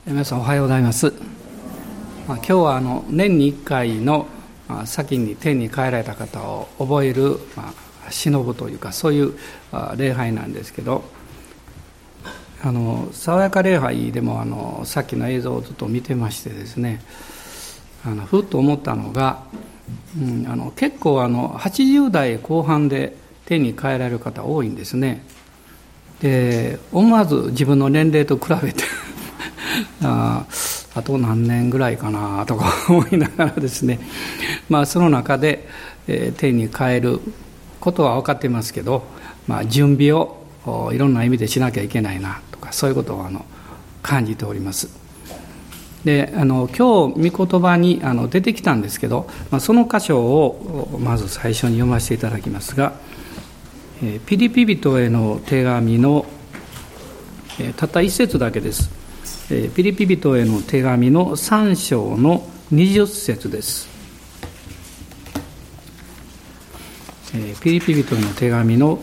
皆さんおはようございます。今日は年に1回の先に天に帰られた方を覚える忍ぶというか、そういう礼拝なんですけど、爽やか礼拝でもさっきの映像をずっと見てましてですね、ふっと思ったのが、結構80代後半で天に帰られる方多いんですね。で、思わず自分の年齢と比べてあと何年ぐらいかなとか思いながらですね、その中で、天に帰ることは分かっていますけど、準備をいろんな意味でしなきゃいけないなとか、そういうことを感じております。で、今日御言葉に出てきたんですけど、その箇所をまず最初に読ませていただきますが、ピリピ人への手紙のたった一節だけです。ピリピ人への手紙の3章の20節です。ピリピ人への手紙の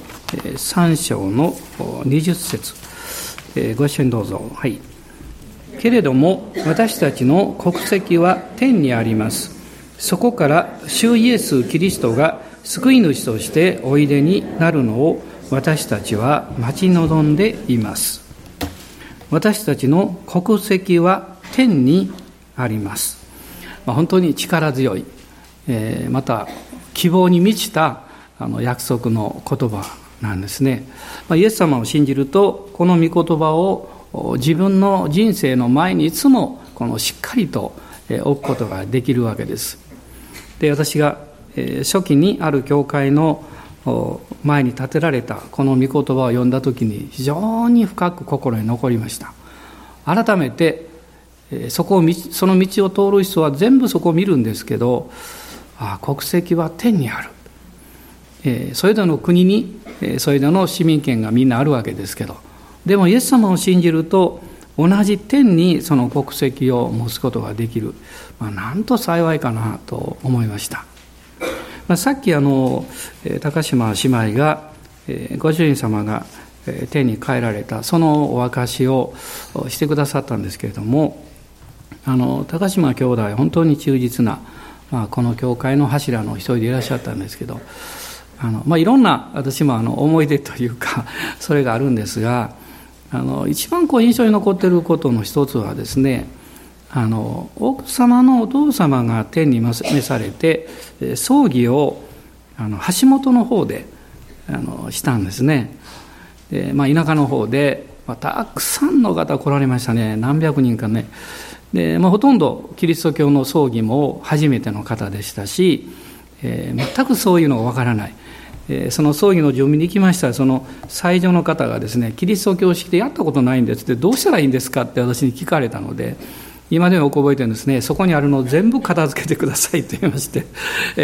3章の20節、ご一緒にどうぞ。はい。けれども私たちの国籍は天にあります。そこから主イエス・キリストが救い主としておいでになるのを私たちは待ち望んでいます。私たちの国籍は天にあります。本当に力強い、また希望に満ちた約束の言葉なんですね。イエス様を信じると、この御言葉を自分の人生の前にいつもしっかりと置くことができるわけです。で、私が初期にある教会の前に立てられたこの御言葉を読んだときに非常に深く心に残りました。改めてその道を通る人は全部そこを見るんですけど、国籍は天にある。それぞれの国にそれぞれの市民権がみんなあるわけですけど、でもイエス様を信じると同じ天にその国籍を持つことができる。なんと幸いかなと思いました。さっき高島姉妹がご主人様が天に帰られたそのお証しをしてくださったんですけれども、高島兄弟本当に忠実な、この教会の柱の一人でいらっしゃったんですけど、いろんな私も思い出というかそれがあるんですが、一番印象に残っていることの一つはですね、奥様のお父様が天に召されて葬儀を橋本の方でしたんですね。で、田舎の方で、たくさんの方来られましたね。何百人かね。で、ほとんどキリスト教の葬儀も初めての方でしたし、全くそういうのがわからない。その葬儀の準備に行きましたら、その最初の方がですね、キリスト教式でやったことないんですって、どうしたらいいんですかって私に聞かれたので、今でも覚えてるんですね。そこにあるのを全部片付けてくださいと言いまして、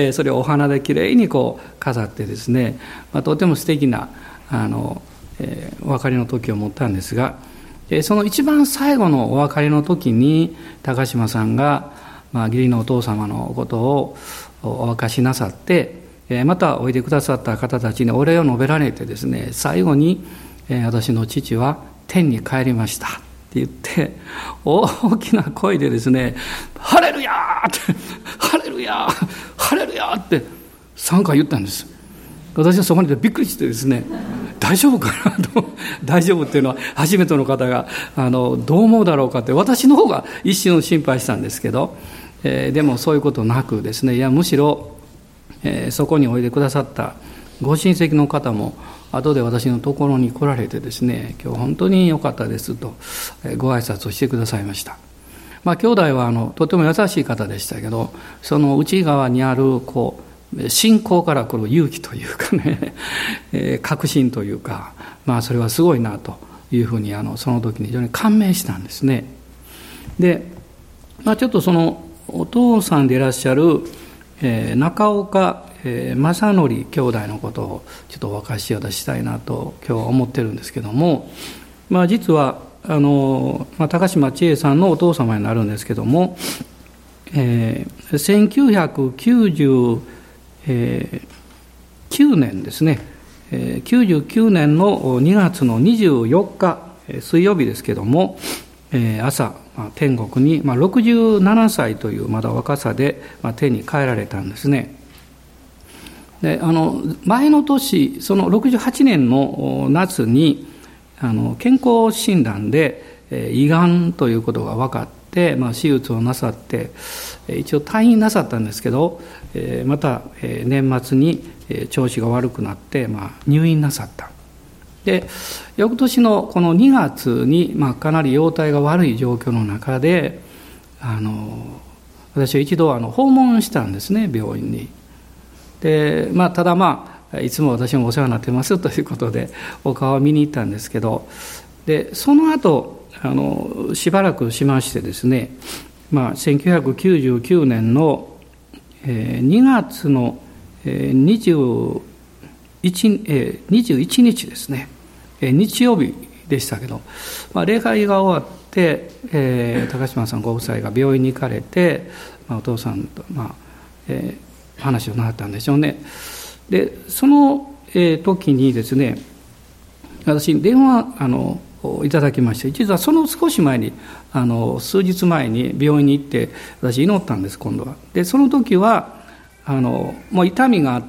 それをお花できれいに飾ってですね、とても素敵なお別れの時を持ったんですが、その一番最後のお別れの時に高島さんが、義理のお父様のことをお明かしなさって、またおいでくださった方たちにお礼を述べられてですね、最後に、私の父は天に帰りましたって言って大きな声でですね、ハレルヤーってハレルヤーハレルヤーって3回言ったんです。私はそこにびっくりしてですね、大丈夫かなと、大丈夫っていうのは初めての方がどう思うだろうかって私の方が一瞬心配したんですけど、でもそういうことなくですね、いやむしろそこにおいでくださったご親戚の方も後で私のところに来られてですね、今日本当に良かったですとご挨拶をしてくださいました。兄弟はとても優しい方でしたけど、その内側にある信仰から来る勇気というかね、確信というか、それはすごいなというふうにその時に非常に感銘したんですね。で、ちょっとそのお父さんでいらっしゃる中岡正則兄弟のことをちょっとお明かしをしたいなと今日は思ってるんですけども、実は高島千恵さんのお父様になるんですけども、1999年ですね、99年の2月の24日水曜日ですけども、朝天国に、67歳というまだ若さで、天に帰られたんですね。で前の年、その68年の夏に健康診断で胃がんということが分かって、手術をなさって一応退院なさったんですけど、また年末に調子が悪くなって、入院なさった。で翌年のこの2月に、かなり容体が悪い状況の中で私は一度訪問したんですね、病院に。でただいつも私もお世話になってますということでお顔を見に行ったんですけど、でその後しばらくしましてですね、1999年の2月の21日ですね、日曜日でしたけど、礼拝が終わって、高島さんご夫妻が病院に行かれて、お父さんと、話をなったんでしょうね。でその、時にですね、私電話いただきまして、実はその少し前に数日前に病院に行って私祈ったんです、今度は。でその時はもう痛みがあって、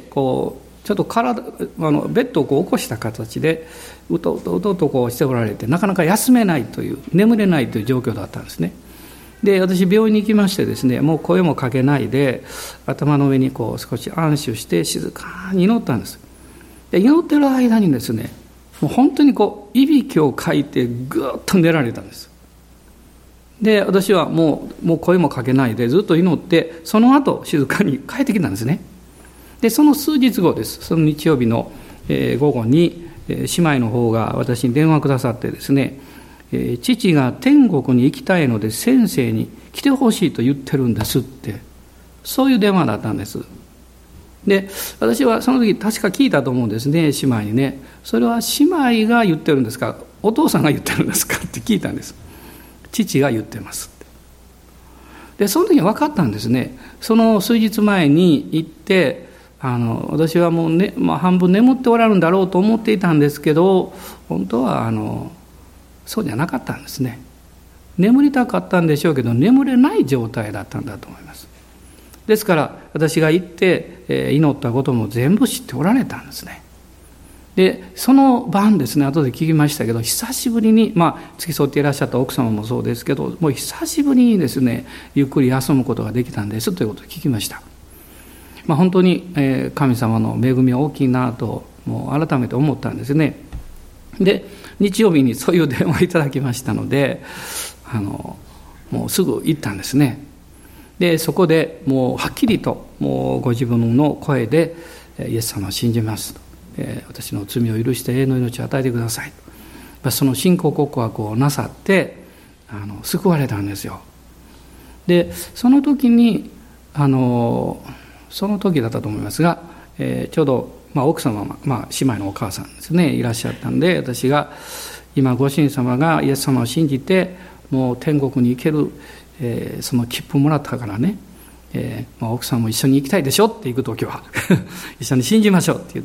ちょっとベッドを起こした形でうとうとしておられて、なかなか休めないという、眠れないという状況だったんですね。で私病院に行きましてですね、もう声もかけないで頭の上に少し安心して静かに祈ったんです。で祈ってる間にですね、もう本当にいびきをかいてぐーっと寝られたんです。で私はもう声もかけないでずっと祈って、その後静かに帰ってきたんですね。でその数日後です。その日曜日の午後に姉妹の方が私に電話くださってですね、父が天国に行きたいので先生に来てほしいと言ってるんですって、そういう電話だったんです。で私はその時確か聞いたと思うんですね、姉妹にね。それは姉妹が言ってるんですか、お父さんが言ってるんですかって聞いたんです。父が言ってますって。でその時分かったんですね。その数日前に行って私はもう半分眠っておられるんだろうと思っていたんですけど、本当はそうじゃなかったんですね。眠りたかったんでしょうけど、眠れない状態だったんだと思います。ですから私が行って祈ったことも全部知っておられたんですね。でその晩ですね、後で聞きましたけど、久しぶりに付き添っていらっしゃった奥様もそうですけど、もう久しぶりにですねゆっくり休むことができたんですということを聞きました。本当に神様の恵みは大きいなともう改めて思ったんですね。で日曜日にそういう電話をいただきましたので、もうすぐ行ったんですね。でそこでもうはっきりともうご自分の声でイエス様を信じますと、私の罪を許して永遠の命を与えてくださいと、その信仰告白をなさって救われたんですよ。でその時にその時だったと思いますが、ちょうど、奥様は、姉妹のお母さんですねいらっしゃったんで、私が今ご主人様がイエス様を信じてもう天国に行ける、その切符もらったからね、奥さんも一緒に行きたいでしょって行く時は一緒に信じましょうって言って、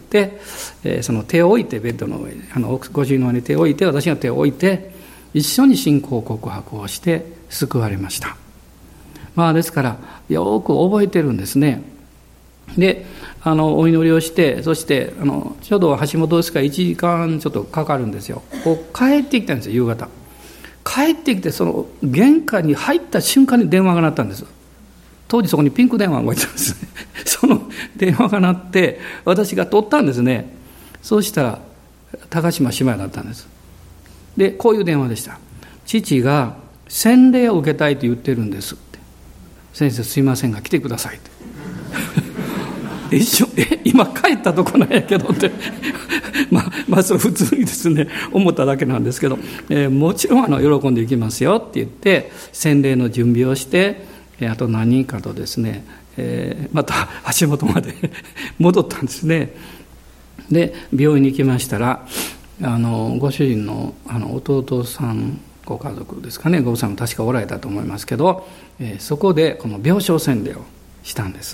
その手を置いてベッドの上にご主人の上に手を置いて、私が手を置いて一緒に信仰告白をして救われました。ですからよく覚えてるんですね。でお祈りをして、そしてちょうど橋本ですから1時間ちょっとかかるんですよ。帰ってきたんですよ、夕方。帰ってきてその玄関に入った瞬間に電話が鳴ったんです。当時そこにピンク電話が置いてたんですね。その電話が鳴って私が取ったんですね。そうしたら高島姉妹だったんです。でこういう電話でした。父が洗礼を受けたいと言ってるんですって。先生すいませんが来てくださいって。今帰ったとこなんやけどってそれ普通にですね思っただけなんですけど、もちろん喜んでいきますよって言って洗礼の準備をして、あと何人かとですね、また橋本まで戻ったんですね。で病院に行きましたらご主人の弟さんご家族ですかね、ご夫妻も確かおられたと思いますけど、そこでこの病床洗礼をしたんです。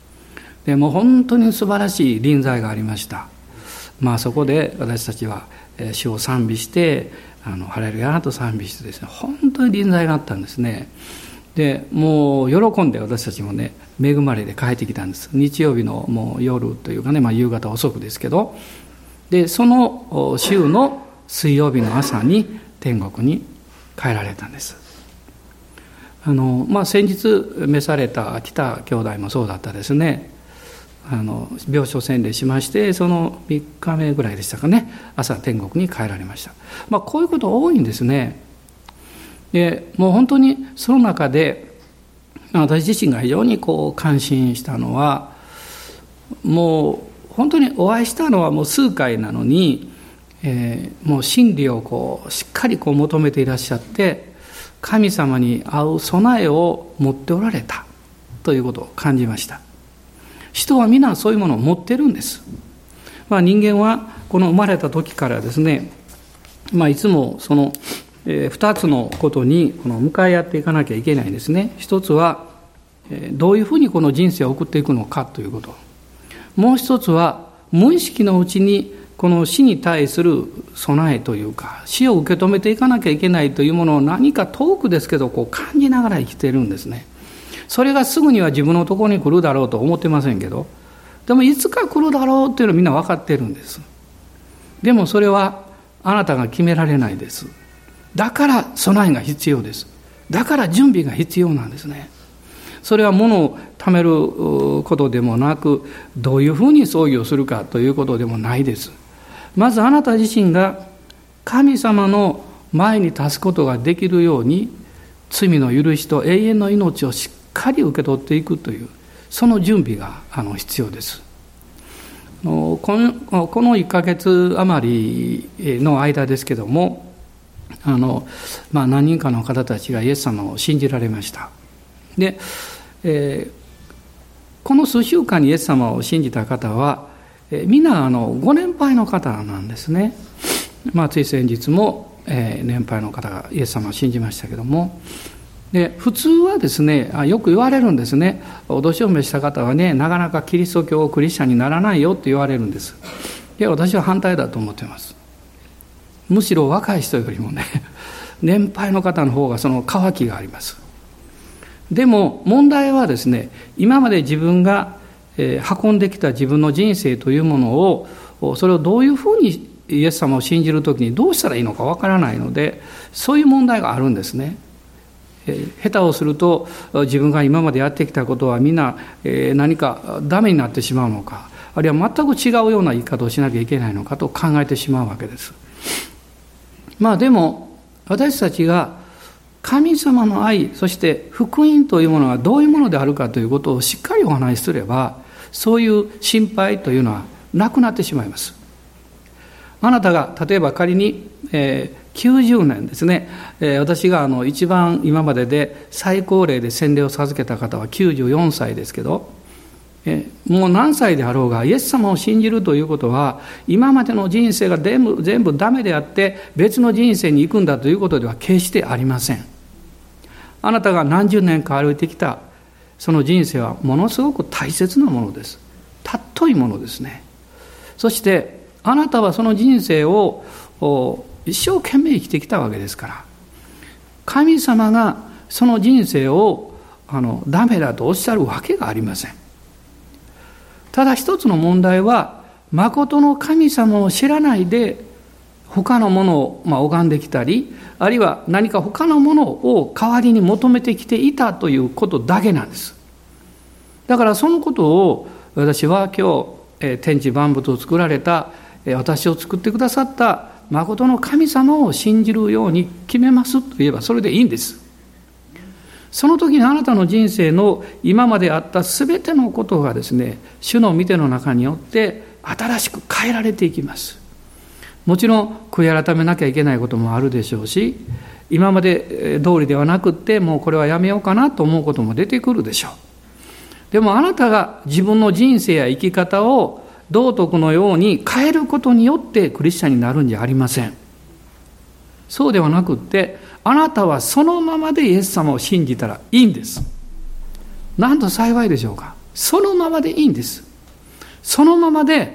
でもう本当に素晴らしい臨在がありました。そこで私たちは主を賛美してハレルヤと賛美してですね、本当に臨在があったんですね。でもう喜んで私たちもね恵まれて帰ってきたんです。日曜日のもう夜というかね、夕方遅くですけど、でその週の水曜日の朝に天国に帰られたんです。先日召された北兄弟もそうだったですね。病床洗礼しまして、その3日目ぐらいでしたかね、朝天国に帰られました。こういうこと多いんですね。でもう本当にその中で私自身が非常に感心したのは、もう本当にお会いしたのはもう数回なのに、もう真理をしっかり求めていらっしゃって、神様に会う備えを持っておられたということを感じました。人は皆そういうものを持ってるんです。人間はこの生まれた時からですね、いつもその2つのことに向かい合っていかなきゃいけないんですね。一つはどういうふうにこの人生を送っていくのかということ。もう一つは無意識のうちにこの死に対する備えというか、死を受け止めていかなきゃいけないというものを何か遠くですけど感じながら生きているんですね。それがすぐには自分のところに来るだろうと思ってませんけど、でもいつか来るだろうっていうのはみんな分かっているんです。でもそれはあなたが決められないです。だから備えが必要です。だから準備が必要なんですね。それは物を貯めることでもなく、どういうふうに葬儀をするかということでもないです。まずあなた自身が神様の前に立つことができるように、罪の許しと永遠の命をしっかり受け取っていくという、その準備が必要です。この1ヶ月余りの間ですけども、何人かの方たちがイエス様を信じられました。で、この数週間にイエス様を信じた方は、皆ご年配の方なんですね。つい先日も、年配の方がイエス様を信じましたけども、で普通はですね、よく言われるんですね。お年を召した方はね、なかなかキリスト教クリスチャンにならないよって言われるんです。で私は反対だと思っています。むしろ若い人よりもね、年配の方の方がその渇きがあります。でも問題はですね、今まで自分が運んできた自分の人生というものを、それをどういうふうにイエス様を信じるときにどうしたらいいのかわからないので、そういう問題があるんですね。下手をすると自分が今までやってきたことはみんな何かダメになってしまうのか、あるいは全く違うような言い方をしなきゃいけないのかと考えてしまうわけです。でも私たちが神様の愛、そして福音というものがどういうものであるかということをしっかりお話しすれば、そういう心配というのはなくなってしまいます。あなたが例えば仮に、90年ですね、私が一番今までで最高齢で洗礼を授けた方は94歳ですけど、もう何歳であろうがイエス様を信じるということは、今までの人生が全部ダメであって別の人生に行くんだということでは決してありません。あなたが何十年か歩いてきたその人生はものすごく大切なものです。尊いものですね。そしてあなたはその人生を一生懸命生きてきたわけですから、神様がその人生をダメだとおっしゃるわけがありません。ただ一つの問題は、誠の神様を知らないで他のものを拝んできたり、あるいは何か他のものを代わりに求めてきていたということだけなんです。だからそのことを私は今日天地万物を作られた私を作ってくださった誠の神様を信じるように決めますと言えばそれでいいんです。その時にあなたの人生の今まであったすべてのことがですね、主の御手の中によって新しく変えられていきます。もちろん悔い改めなきゃいけないこともあるでしょうし、今まで通りではなくってもうこれはやめようかなと思うことも出てくるでしょう。でもあなたが自分の人生や生き方を道徳のように変えることによってクリスチャンになるんじゃありません。そうではなくって、あなたはそのままでイエス様を信じたらいいんです。なんと幸いでしょうか。そのままでいいんです。そのままで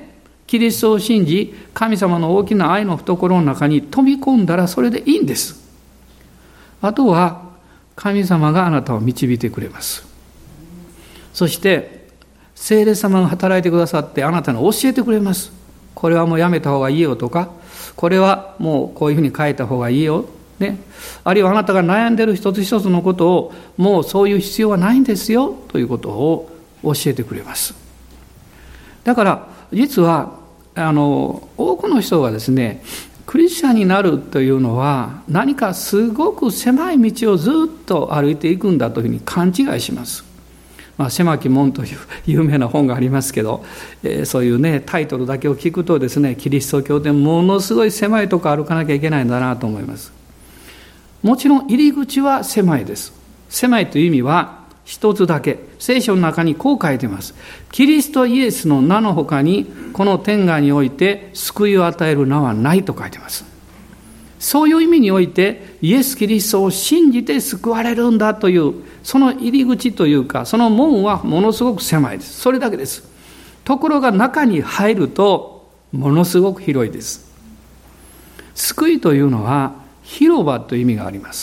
キリストを信じ、神様の大きな愛の懐の中に飛び込んだらそれでいいんです。あとは神様があなたを導いてくれます。そして聖霊様が働いてくださってあなたに教えてくれます。これはもうやめた方がいいよとか、これはもうこういうふうに変えた方がいいよ、ね、あるいはあなたが悩んでいる一つ一つのことをもうそういう必要はないんですよということを教えてくれます。だから実は多くの人がですね、クリスチャンになるというのは何かすごく狭い道をずっと歩いていくんだというふうに勘違いします。狭き門という有名な本がありますけど、そういうねタイトルだけを聞くとですね、キリスト教ってものすごい狭いところ歩かなきゃいけないんだなと思います。もちろん入り口は狭いです。狭いという意味は一つだけ、聖書の中にこう書いています。キリストイエスの名の他にこの天下において救いを与える名はないと書いています。そういう意味においてイエス・キリストを信じて救われるんだというその入り口というか、その門はものすごく狭いです。それだけです。ところが中に入るとものすごく広いです。救いというのは広場という意味があります。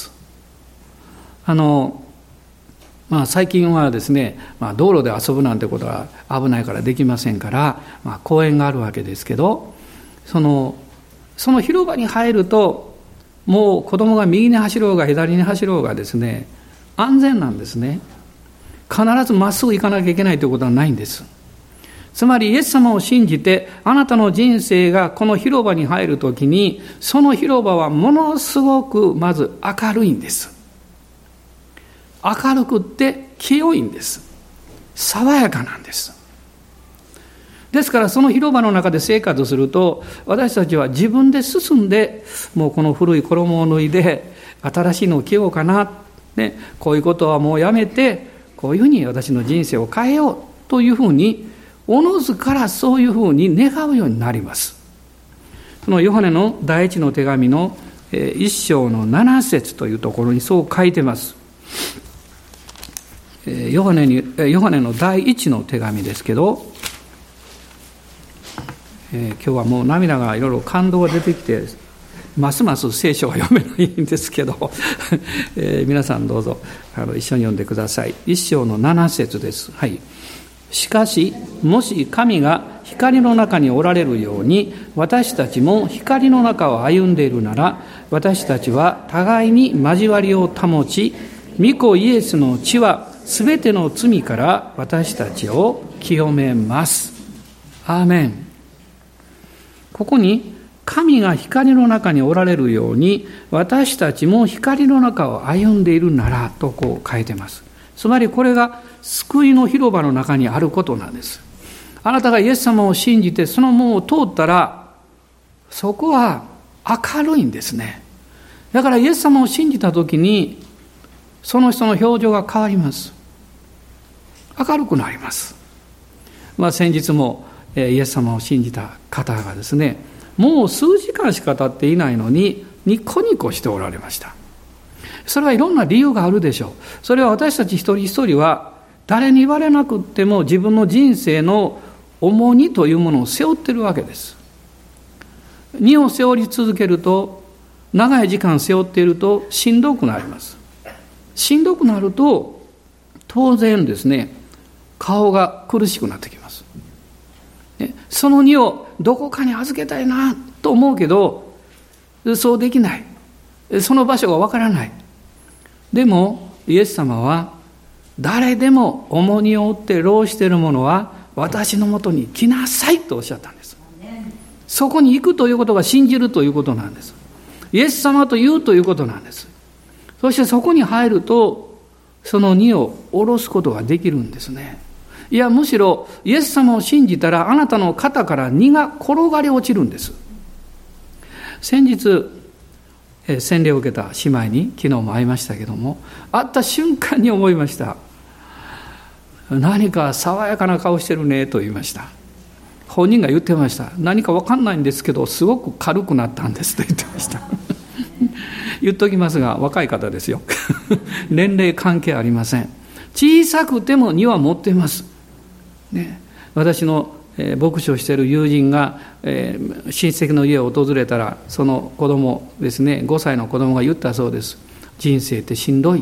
最近はですね、道路で遊ぶなんてことは危ないからできませんから、公園があるわけですけど、その広場に入るともう子供が右に走ろうが左に走ろうがですね、安全なんですね。必ずまっすぐ行かなきゃいけないということはないんです。つまりイエス様を信じてあなたの人生がこの広場に入るときに、その広場はものすごくまず明るいんです。明るくって清いんです。爽やかなんです。ですからその広場の中で生活すると、私たちは自分で進んで、もうこの古い衣を脱いで新しいのを着ようかな、ね、こういうことはもうやめてこういうふうに私の人生を変えようというふうにおのずからそういうふうに願うようになります。そのヨハネの第一の手紙の1章の7節というところにそう書いてます。ヨハネの第一の手紙ですけど、今日はもう涙がいろいろ感動が出てきてますます聖書が読めないんですけど、皆さんどうぞ一緒に読んでください。1章の7節です。はい。しかしもし神が光の中におられるように私たちも光の中を歩んでいるなら、私たちは互いに交わりを保ち、御子イエスの血はすべての罪から私たちを清めます。アーメン。ここに神が光の中におられるように私たちも光の中を歩んでいるならとこう書いてます。つまりこれが救いの広場の中にあることなんです。あなたがイエス様を信じてその門を通ったら、そこは明るいんですね。だからイエス様を信じたときにその人の表情が変わります。明るくなります。先日もイエス様を信じた方がですね、もう数時間しか経っていないのにニコニコしておられました。それはいろんな理由があるでしょう。それは私たち一人一人は誰に言われなくっても自分の人生の重荷というものを背負っているわけです。荷を背負い続けると、長い時間背負っているとしんどくなります。しんどくなると当然ですね、顔が苦しくなってきます。その荷をどこかに預けたいなと思うけど、そうできない。その場所がわからない。でもイエス様は、誰でも重荷を負って労している者は私のもとに来なさいとおっしゃったんです。そこに行くということが信じるということなんです。イエス様と言うということなんです。そしてそこに入るとその荷を下ろすことができるんですね。いや、むしろイエス様を信じたらあなたの肩から荷が転がり落ちるんです。先日洗礼を受けた姉妹に昨日も会いましたけども、会った瞬間に思いました。何か爽やかな顔してるねと言いました。本人が言ってました。何か分かんないんですけどすごく軽くなったんですと言ってました。言っときますが、若い方ですよ。年齢関係ありません。小さくても荷は持っています、ね、私の牧師をしている友人が、親戚の家を訪れたら、その子供ですね、5歳の子供が言ったそうです。人生ってしんどいって。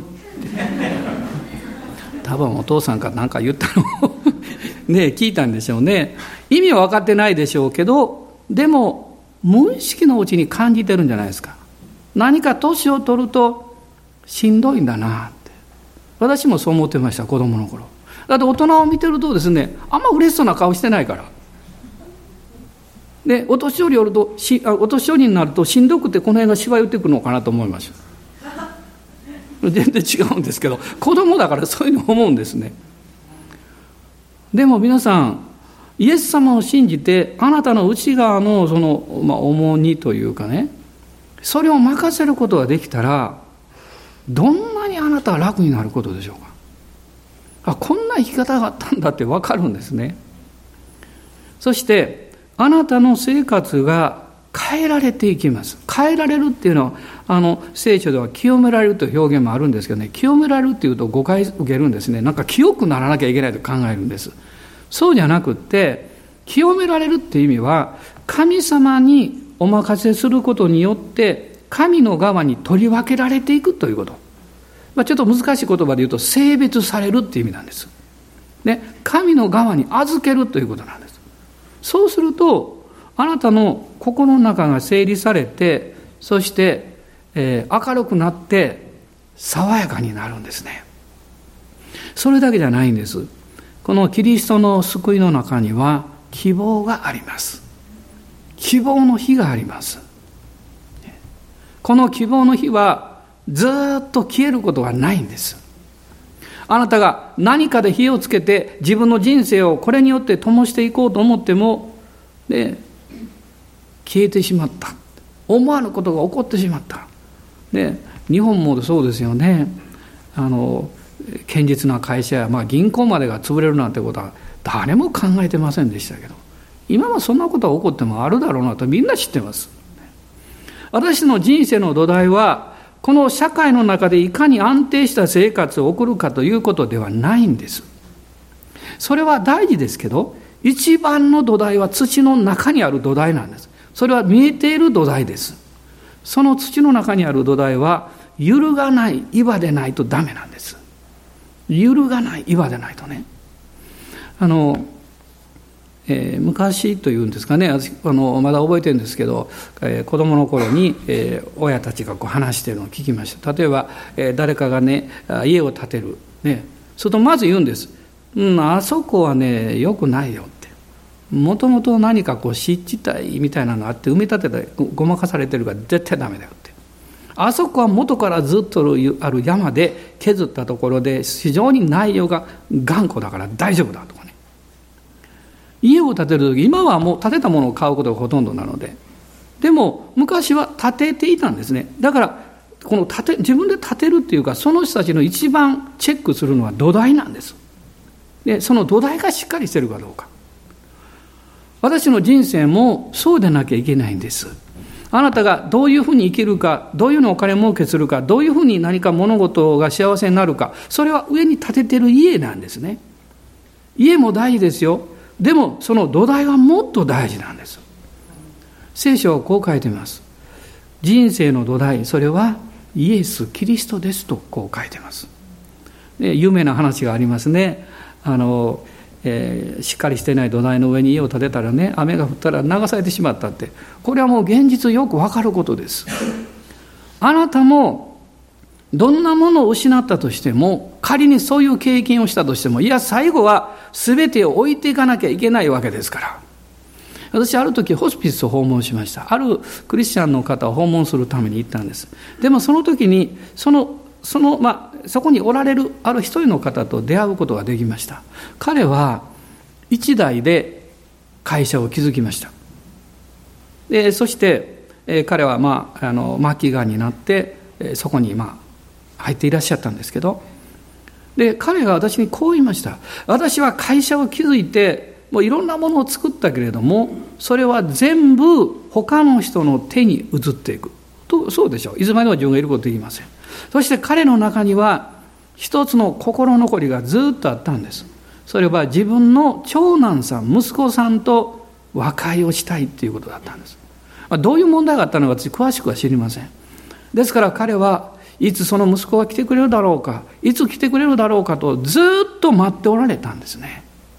多分お父さんか何か言ったのをね、聞いたんでしょうね。意味は分かってないでしょうけど、でも無意識のうちに感じてるんじゃないですか。何か年を取るとしんどいんだなって。私もそう思ってました、子供の頃。だって大人を見てるとですね、あんま嬉しそうな顔してないから。で、お年寄りになるとしんどくてこの辺がしわ寄ってくるのかなと思いました。全然違うんですけど、子供だからそういうの思うんですね。でも皆さん、イエス様を信じて、あなたの内側のその、重荷というかね、それを任せることができたら、どんなにあなたは楽になることでしょうか。こんな生き方があったんだって分かるんですね。そしてあなたの生活が変えられていきます。変えられるっていうのは聖書では清められるという表現もあるんですけどね、清められるっていうと誤解受けるんですね。なんか清くならなきゃいけないと考えるんです。そうじゃなくって、清められるっていう意味は、神様にお任せすることによって神の側に取り分けられていくということ。ちょっと難しい言葉で言うと、性別されるっていう意味なんです。ね、神の側に預けるということなんです。そうすると、あなたの心の中が整理されて、そして、明るくなって、爽やかになるんですね。それだけじゃないんです。このキリストの救いの中には、希望があります。希望の火があります。この希望の火は、ずっと消えることがないんです。あなたが何かで火をつけて自分の人生をこれによって灯していこうと思っても、消えてしまった。思わぬことが起こってしまった。日本もそうですよね。堅実な会社や、銀行までが潰れるなんてことは誰も考えてませんでしたけど、今はそんなことが起こってもあるだろうなとみんな知ってます。私の人生の土台は、この社会の中でいかに安定した生活を送るかということではないんです。それは大事ですけど、一番の土台は土の中にある土台なんです。それは見えている土台です。その土の中にある土台は揺るがない岩でないとダメなんです。揺るがない岩でないとね。昔というんですかね、まだ覚えてるんですけど、子供の頃に、親たちが話しているのを聞きました。例えば、誰かがね、家を建てる、ね、それとまず言うんです。あそこはね、良くないよって。もともと何か湿地帯みたいなのがあって、埋め立ててごまかされてるから絶対ダメだよって。あそこは元からずっとある山で削ったところで、非常に内容が頑固だから大丈夫だとかね。家を建てるとき、今はもう建てたものを買うことがほとんどなので、でも昔は建てていたんですね。だからこの自分で建てるっていうか、その人たちの一番チェックするのは土台なんです。で、その土台がしっかりしてるかどうか。私の人生もそうでなきゃいけないんです。あなたがどういうふうに生きるか、どういうのお金儲けするか、どういうふうに何か物事が幸せになるか、それは上に建ててる家なんですね。家も大事ですよ。でもその土台はもっと大事なんです。聖書はこう書いています。人生の土台、それはイエス・キリストですとこう書いています。有名な話がありますね。しっかりしていない土台の上に家を建てたらね、雨が降ったら流されてしまったって、これはもう現実よくわかることです。あなたもどんなものを失ったとしても、仮にそういう経験をしたとしても、いや最後は全てを置いていかなきゃいけないわけですから。私ある時ホスピスを訪問しました。あるクリスチャンの方を訪問するために行ったんです。でもその時にそこにおられるある一人の方と出会うことができました。彼は一代で会社を築きました。でそして、彼は末期がんになってそこに入っていらっしゃったんですけど、で彼が私にこう言いました。私は会社を築いてもういろんなものを作ったけれども、それは全部他の人の手に移っていくと。そうでしょう。いつまでも自分がいることできません。そして彼の中には一つの心残りがずっとあったんです。 それは自分の長男さん、息子さんと和解をしたいということだったんです。どういう問題があったのか私詳しくは知りません。ですから彼はいつその息子が来てくれるだろうか、いつ来てくれるだろうかとずっと待っておられたんですね。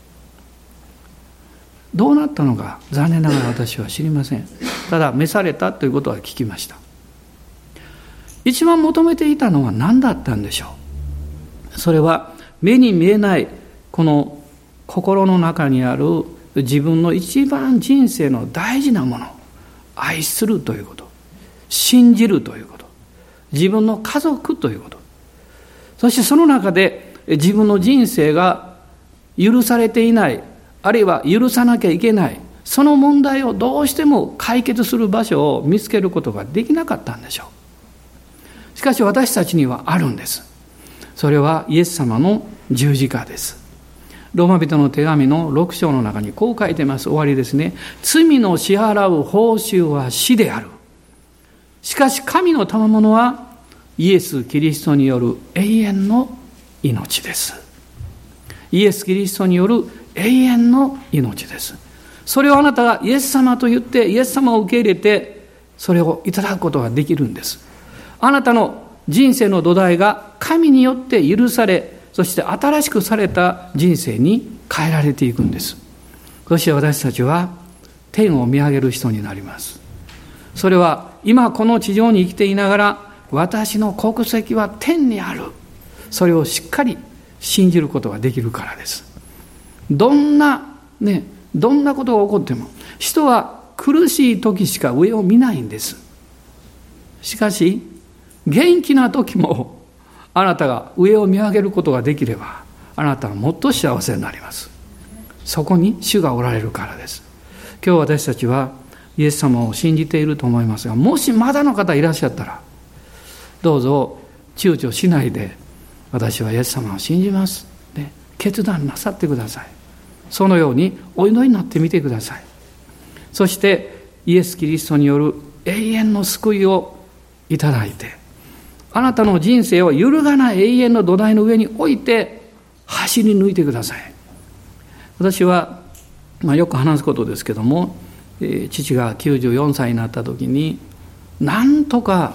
どうなったのか残念ながら私は知りません。ただ召されたということは聞きました。一番求めていたのは何だったんでしょう。それは目に見えないこの心の中にある自分の一番人生の大事なもの、愛するということ、信じるということ、自分の家族ということ、そしてその中で自分の人生が許されていない、あるいは許さなきゃいけない、その問題をどうしても解決する場所を見つけることができなかったんでしょう。しかし私たちにはあるんです。それはイエス様の十字架です。ローマ人の手紙の6章の中にこう書いてます。終わりですね。罪の支払う報酬は死である。しかし神の賜物はイエス・キリストによる永遠の命です。イエス・キリストによる永遠の命です。それをあなたがイエス様と言ってイエス様を受け入れてそれをいただくことができるんです。あなたの人生の土台が神によって許され、そして新しくされた人生に変えられていくんです。そして私たちは天を見上げる人になります。それは今この地上に生きていながら私の国籍は天にある、それをしっかり信じることができるからです。どんなことが起こっても人は苦しい時しか上を見ないんです。しかし元気な時もあなたが上を見上げることができればあなたはもっと幸せになります。そこに主がおられるからです。今日私たちはイエス様を信じていると思いますが、もしまだの方いらっしゃったらどうぞ躊躇しないで私はイエス様を信じますで決断なさってください。そのようにお祈りになってみてください。そしてイエス・キリストによる永遠の救いをいただいて、あなたの人生を揺るがない永遠の土台の上に置いて走り抜いてください。私は、よく話すことですけども、父が94歳になった時になんとか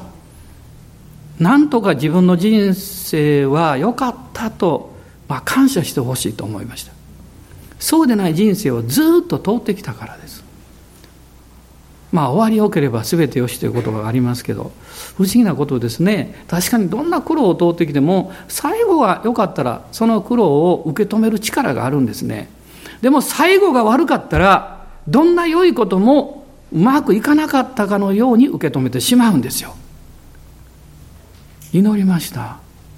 自分の人生は良かったと、感謝してほしいと思いました。そうでない人生をずっと通ってきたからです。終わりよければ全てよしということがありますけど、不思議なことですね。確かにどんな苦労を通ってきても最後が良かったらその苦労を受け止める力があるんですね。でも最後が悪かったらどんな良いこともうまくいかなかったかのように受け止めてしまうんですよ。祈りました。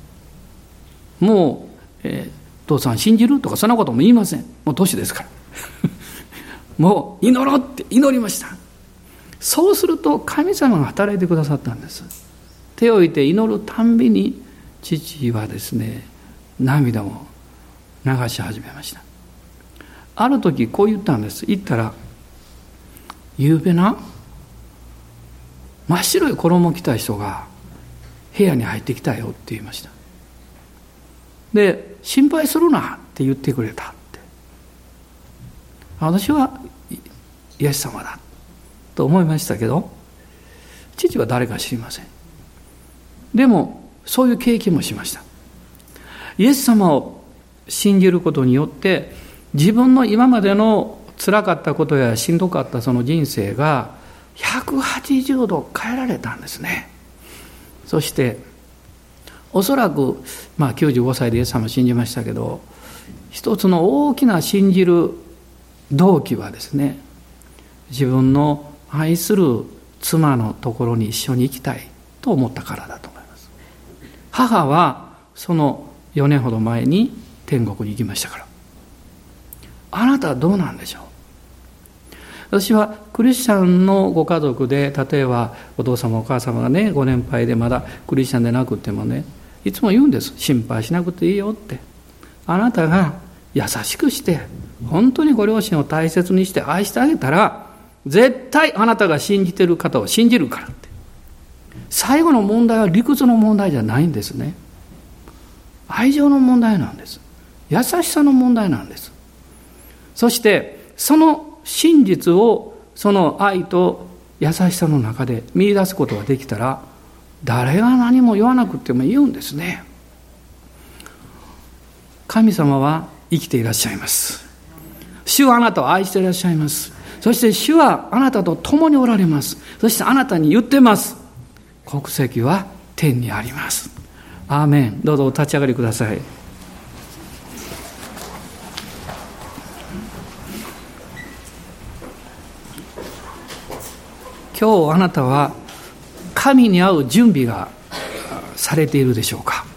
もう、父さん信じるとかそんなことも言いません。もう年ですからもう祈ろうって祈りました。そうすると神様が働いてくださったんです。手を置いて祈るたんびに父はですね、涙を流し始めました。ある時こう言ったんです。言ったら、ゆうべな真っ白い衣を着た人が部屋に入ってきたよって言いました。で、心配するなって言ってくれたって。私はイエス様だと思いましたけど、父は誰か知りません。でもそういう経験もしました。イエス様を信じることによって自分の今までの辛かったことやしんどかったその人生が180度変えられたんですね。そしておそらく、95歳でイエス様を信じましたけど、一つの大きな信じる動機はですね、自分の愛する妻のところに一緒に行きたいと思ったからだと思います。母はその4年ほど前に天国に行きましたから。あなたはどうなんでしょう。私はクリスチャンのご家族で、例えばお父様お母様がねご年配でまだクリスチャンでなくてもね、いつも言うんです。心配しなくていいよって。あなたが優しくして本当にご両親を大切にして愛してあげたら、絶対あなたが信じている方を信じるからって。最後の問題は理屈の問題じゃないんですね。愛情の問題なんです。 優しさの問題なんです。そしてその真実をその愛と優しさの中で見出すことができたら、誰が何も言わなくても言うんですね。神様は生きていらっしゃいます。主はあなたを愛していらっしゃいます。そして主はあなたと共におられます。そしてあなたに言ってます。国籍は天にあります。アーメン。どうぞお立ち上がりください。今日あなたは神に会う準備がされているでしょうか。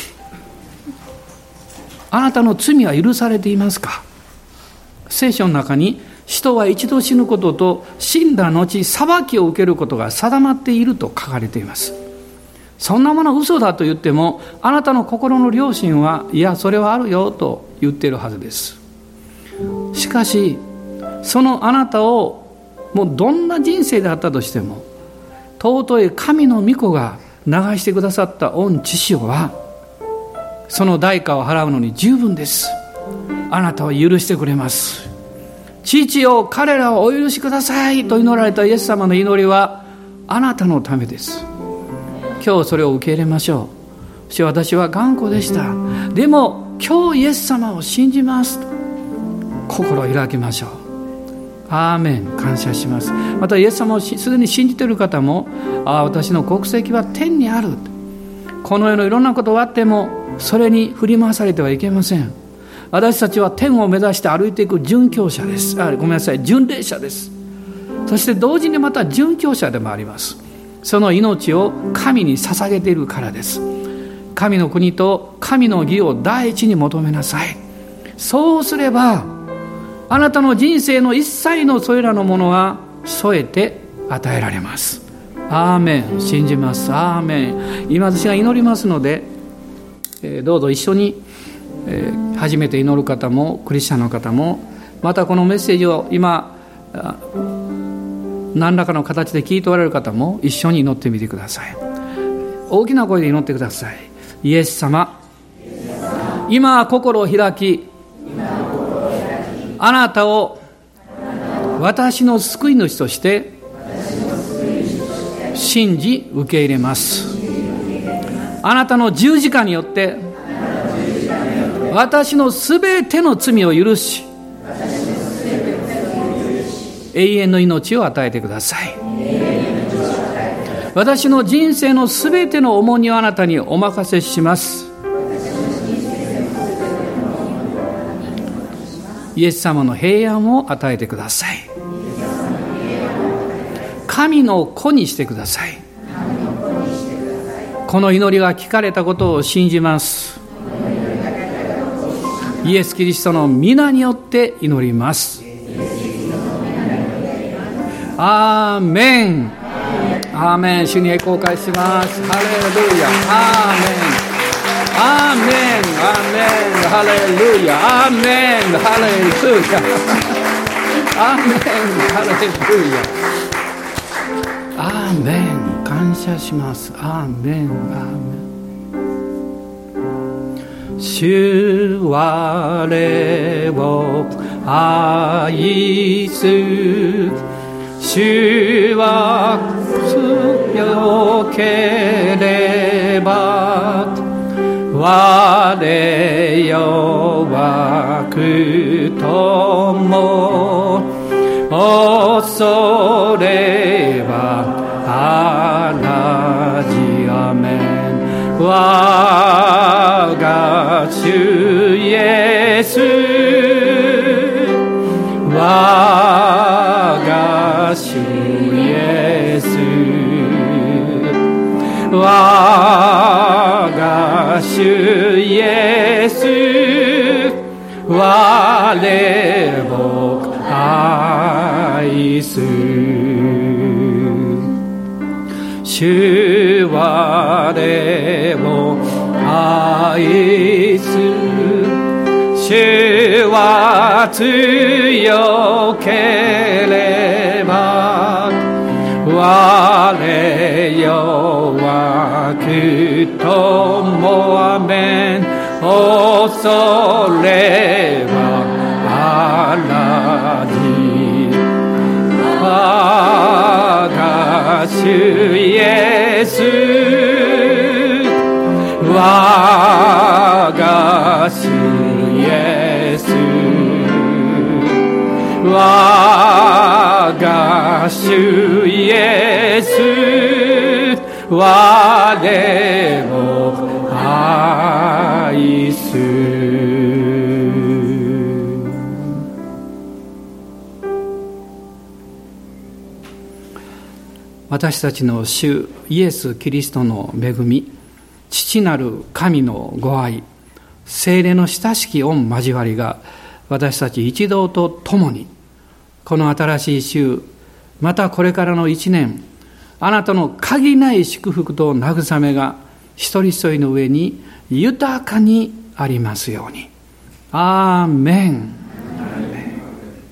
あなたの罪は許されていますか。聖書の中に人は一度死ぬことと死んだ後裁きを受けることが定まっていると書かれています。そんなもの嘘だと言っても、あなたの心の良心はいやそれはあるよと言っているはずです。しかしそのあなたをもうどんな人生であったとしても、尊い神の御子が流してくださった御父親はその代価を払うのに十分です。あなたを許してくれます。父よ彼らをお許しくださいと祈られたイエス様の祈りはあなたのためです。今日それを受け入れましょう。主、私は頑固でした。でも今日イエス様を信じます。心を開きましょう。アーメン。感謝します。またイエス様をすでに信じている方も、私の国籍は天にある。この世のいろんなことがあってもそれに振り回されてはいけません。私たちは天を目指して歩いていく殉教者です。巡礼者です。そして同時にまた殉教者でもあります。その命を神に捧げているからです。神の国と神の義を第一に求めなさい。そうすればあなたの人生の一切のそれらのものは添えて与えられます。アーメン。信じます。アーメン。今私が祈りますので、どうぞ一緒に、初めて祈る方もクリスチャンの方も、またこのメッセージを今何らかの形で聞いておられる方も一緒に祈ってみてください。大きな声で祈ってください。イエス様、今心を開き、あなたを私の救い主として信じ受け入れます。あなたの十字架によって私のすべての罪を許し、永遠の命を与えてください。私の人生のすべての重荷をあなたにお任せします。イエス様の平安を与えてください。神の子にしてください。この祈りが聞かれたことを信じます。イエス・キリストの皆によって祈ります。アーメン。アーメン。主に栄光を返します。ハレルヤ。アーメン。アーメン。アーメン。ハレルヤ。アーメン。ハレルヤ。アーメン。ハレルヤ。アーメン。感謝します。アーメン。アーメン。主我を愛す。主は強ければ我弱くとも恐れはあらじ。アメン。我が主イエス、我が主イエス、我が主イエス、我を愛す。主我を愛す。主は強ければ我弱くとも。アメン。 恐れはあらず我が主イエス我が主イエス我が主イエス我を愛す。私たちの主イエス・キリストの恵み、父なる神のご愛、聖霊の親しき御交わりが私たち一同と共に、この新しい週、またこれからの一年、あなたの限りない祝福と慰めが一人一人の上に豊かにありますように。アーメン。